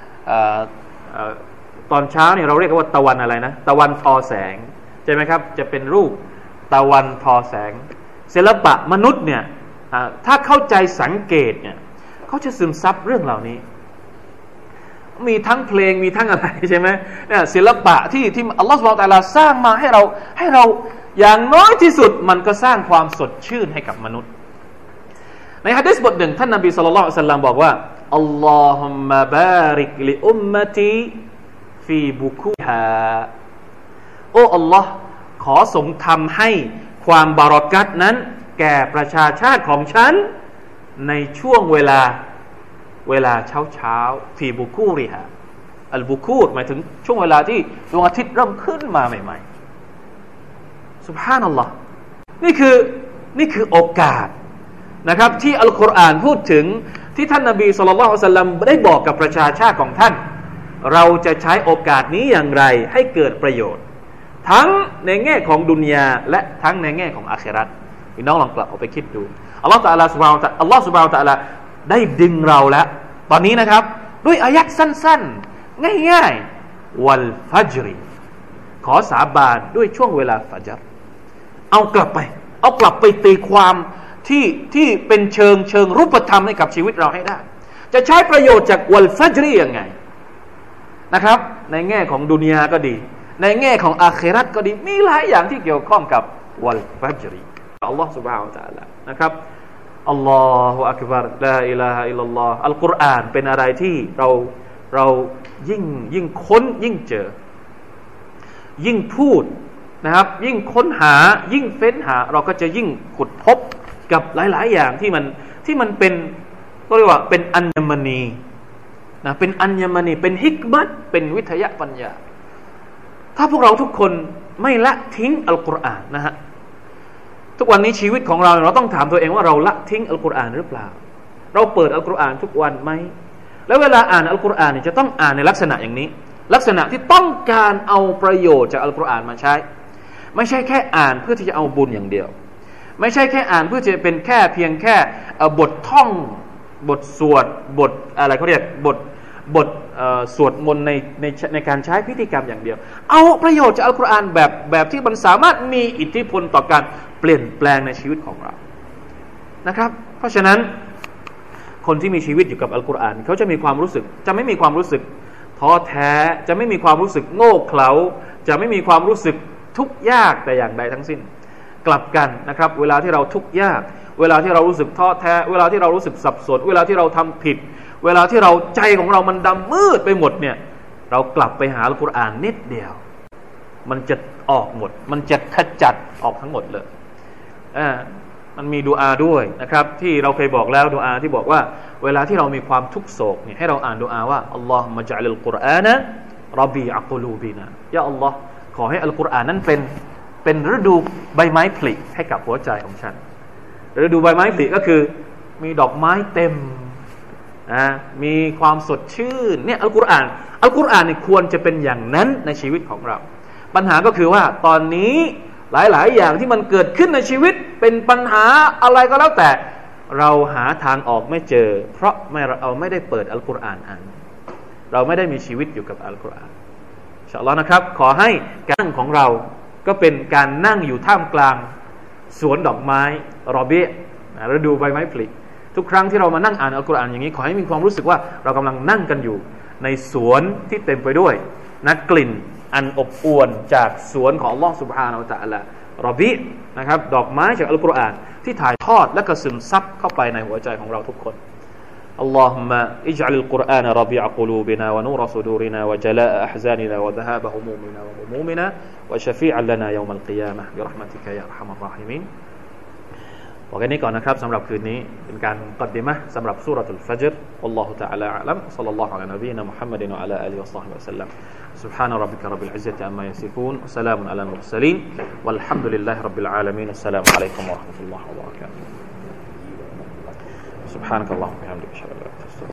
ตอนเช้าเนี่ยเราเรียกว่าตะวันอะไรนะตะวันทอแสงใช่ไหมครับจะเป็นรูปตะวันทอแสงศิลปะมนุษย์เนี่ยถ้าเข้าใจสังเกตเนี่ยเขาจะซึมซับเรื่องเหล่านี้มีทั้งเพลงมีทั้งอะไรใช่ไหมเนี่ยศิลปะที่อัลลอฮฺซุบฮานะฮูวะตะอาลาสร้างมาให้เราอย่างน้อยที่สุดมันก็สร้างความสดชื่นให้กับมนุษย์ในหะดีษบทหนึ่งท่านนบีศ็อลลัลลอฮุอะลัยฮิวะซัลลัมบอกว่าอัลลอฮุมมะบาริกลิอุมมะตีฟีบุคูฮาโอ้อัลลอฮ์ขอทรงทำให้ความบารอกัตนั้นแก่ประชาชาติของฉันในช่วงเวลาเช้าฟีบุคูริฮาอัลบุคูรหมายถึงช่วงเวลาที่ดวงอาทิตย์เริ่มขึ้นมาใหม่ๆซุบฮานัลลอฮ์นี่คือโอกาสนะครับที่อัลกุรอานพูดถึงที่ท่านนบีศ็อลลัลลอฮุอะลัยฮิวะซัลลัมได้บอกกับประชาชาติของท่านเราจะใช้โอกาสนี้อย่างไรให้เกิดประโยชน์ทั้งในแง่ของดุนยาและทั้งในแง่ของอาคิเราะห์พี่น้องลองกลับเอาไปคิดดูอัลลอฮฺตะอาลาซุบฮานะฮูวะตะอาลาอัลลอฮฺซุบฮานะฮูวะตะอาลาได้ดึงเราแล้วตอนนี้นะครับด้วยอายัดสั้นๆง่ายๆวัลฟัจริขอสาบานด้วยช่วงเวลาฟัจรเอากลับไปตีความที่เป็นเชิงรูปธรรมให้กับชีวิตเราให้ได้จะใช้ประโยชน์จากวัลฟัจริยังไงนะครับในแง่ของดุนยาก็ดีในแง่ของอาคิเราะห์ก็ดีมีหลายอย่างที่เกี่ยวข้องกับวัลฟัจริอัลลอฮฺ سبحانه และ تعالى นะครับอัลลอฮฺอักบัรลาอิลาฮะอิลลัลลอฮอัลกุรอานเป็นอะไรที่เรายิ่งค้นยิ่งเจอยิ่งพูดนะครับยิ่งค้นหายิ่งเฟ้นหาเราก็จะยิ่งขุดพบกับหลายๆอย่างที่มันเป็นก็เรียกว่าเป็นอัญมณีนะเป็นอัญมณีเป็นฮิกมัตเป็นวิทยาปัญญาถ้าพวกเราทุกคนไม่ละทิ้งอัลกุรอานนะฮะทุกวันนี้ชีวิตของเราต้องถามตัวเองว่าเราละทิ้งอัลกุรอานหรือเปล่าเราเปิดอัลกุรอานทุกวันไหมแล้วเวลาอ่านอัลกุรอานเนี่ยจะต้องอ่านในลักษณะอย่างนี้ลักษณะที่ต้องการเอาประโยชน์จากอัลกุรอานมาใช้ไม่ใช่แค่อ่านเพื่อที่จะเอาบุญอย่างเดียวไม่ใช่แค่อ่านเพื่อจะเป็นแค่เพียงแค่บทท่องบทสวดบทอะไรเขาเรียกบทสวดมนต์ในการใช้พิธีกรรมอย่างเดียวเอาประโยชน์จากอัลกุรอานแบบที่มันสามารถมีอิทธิพลต่อการเปลี่ยนแปลงในชีวิตของเรานะครับเพราะฉะนั้นคนที่มีชีวิตอยู่กับอัลกุรอานเขาจะมีความรู้สึกจะไม่มีความรู้สึกท้อแท้จะไม่มีความรู้สึกโง่เขลาจะไม่มีความรู้สึกทุกข์ยากแต่อย่างใดทั้งสิ้นกลับกันนะครับเวลาที่เราทุกข์ยากเวลาที่เรารู้สึกท้อแท้เวลาที่เรารู้สึกสับสนเวลาที่เราทำผิดเวลาที่เราใจของเรามันดำมืดไปหมดเนี่ยเรากลับไปหาอัลกุรอานนิดเดียวมันจะออกหมดมันจะขจัดออกทั้งหมดเลยมันมีดุอาด้วยนะครับที่เราเคยบอกแล้วดุอาที่บอกว่าเวลาที่เรามีความทุกข์โศกเนี่ยให้เราอ่านดุอาว่าอัลลอฮุมะญะอัลกุรอานะรอบีอะกุลูบินะยาอัลลอฮ์ขอให้อัลกุรอานนั้นเป็นฤดูใบไม้ผลิให้กับหัวใจของฉันฤดูใบไม้ผลิก็คือมีดอกไม้เต็มมีความสดชื่นเนี่ยอัลกุรอานนี่ควรจะเป็นอย่างนั้นในชีวิตของเราปัญหาก็คือว่าตอนนี้หลายๆอย่างที่มันเกิดขึ้นในชีวิตเป็นปัญหาอะไรก็แล้วแต่เราหาทางออกไม่เจอเพราะเราไม่ได้เปิดอัลกุรอานอ่านเราไม่ได้มีชีวิตอยู่กับอัลกุรอานอินชาอัลลอฮ์นะครับขอให้การนั่งของเราก็เป็นการนั่งอยู่ท่ามกลางสวนดอกไม้รอเบียฤดูใบไม้ผลิทุกครั้งที่เรามานั่งอ่านอัลกุรอานอย่างนี้ขอให้มีความรู้สึกว่าเรากำลังนั่งกันอยู่ในสวนที่เต็มไปด้วยกลิ่นอันอบอวลจากสวนของอัลลอฮฺ سبحانه และ تعالى รอบีนะครับดอกไม้จากอัลกุรอานที่ถ่ายทอดและก็ซึมซับเข้าไปในหัวใจของเราทุกคน اللهم اجعل القرآن ربيع قلوبنا ونور صدورنا وجلاء أحزاننا وذهاب همومنا وغمومنا وشفيعا لنا يوم القيامة برحمتك يا أرحم الراحمين บอกแค่นี้ก่อนนะครับสำหรับคืนนี้เป็นการมุกัดดิมะห์สำหรับซูเราะตุลฟัจรวัลลอฮุตะอาลาอะลัมศ็อลลัลลอฮุอะลานบีนะมุฮัมมัดวะอะลาอาลีฮิวะศอฮบิฮิวะซัลลัมسبحان ربك رب العزة عما يصفون وسلام على المرسلين والحمد لله رب العالمين السلام عليكم ورحمة الله وبركاته سبحانك اللهم وبحمدك اشهد ان لا اله الا انت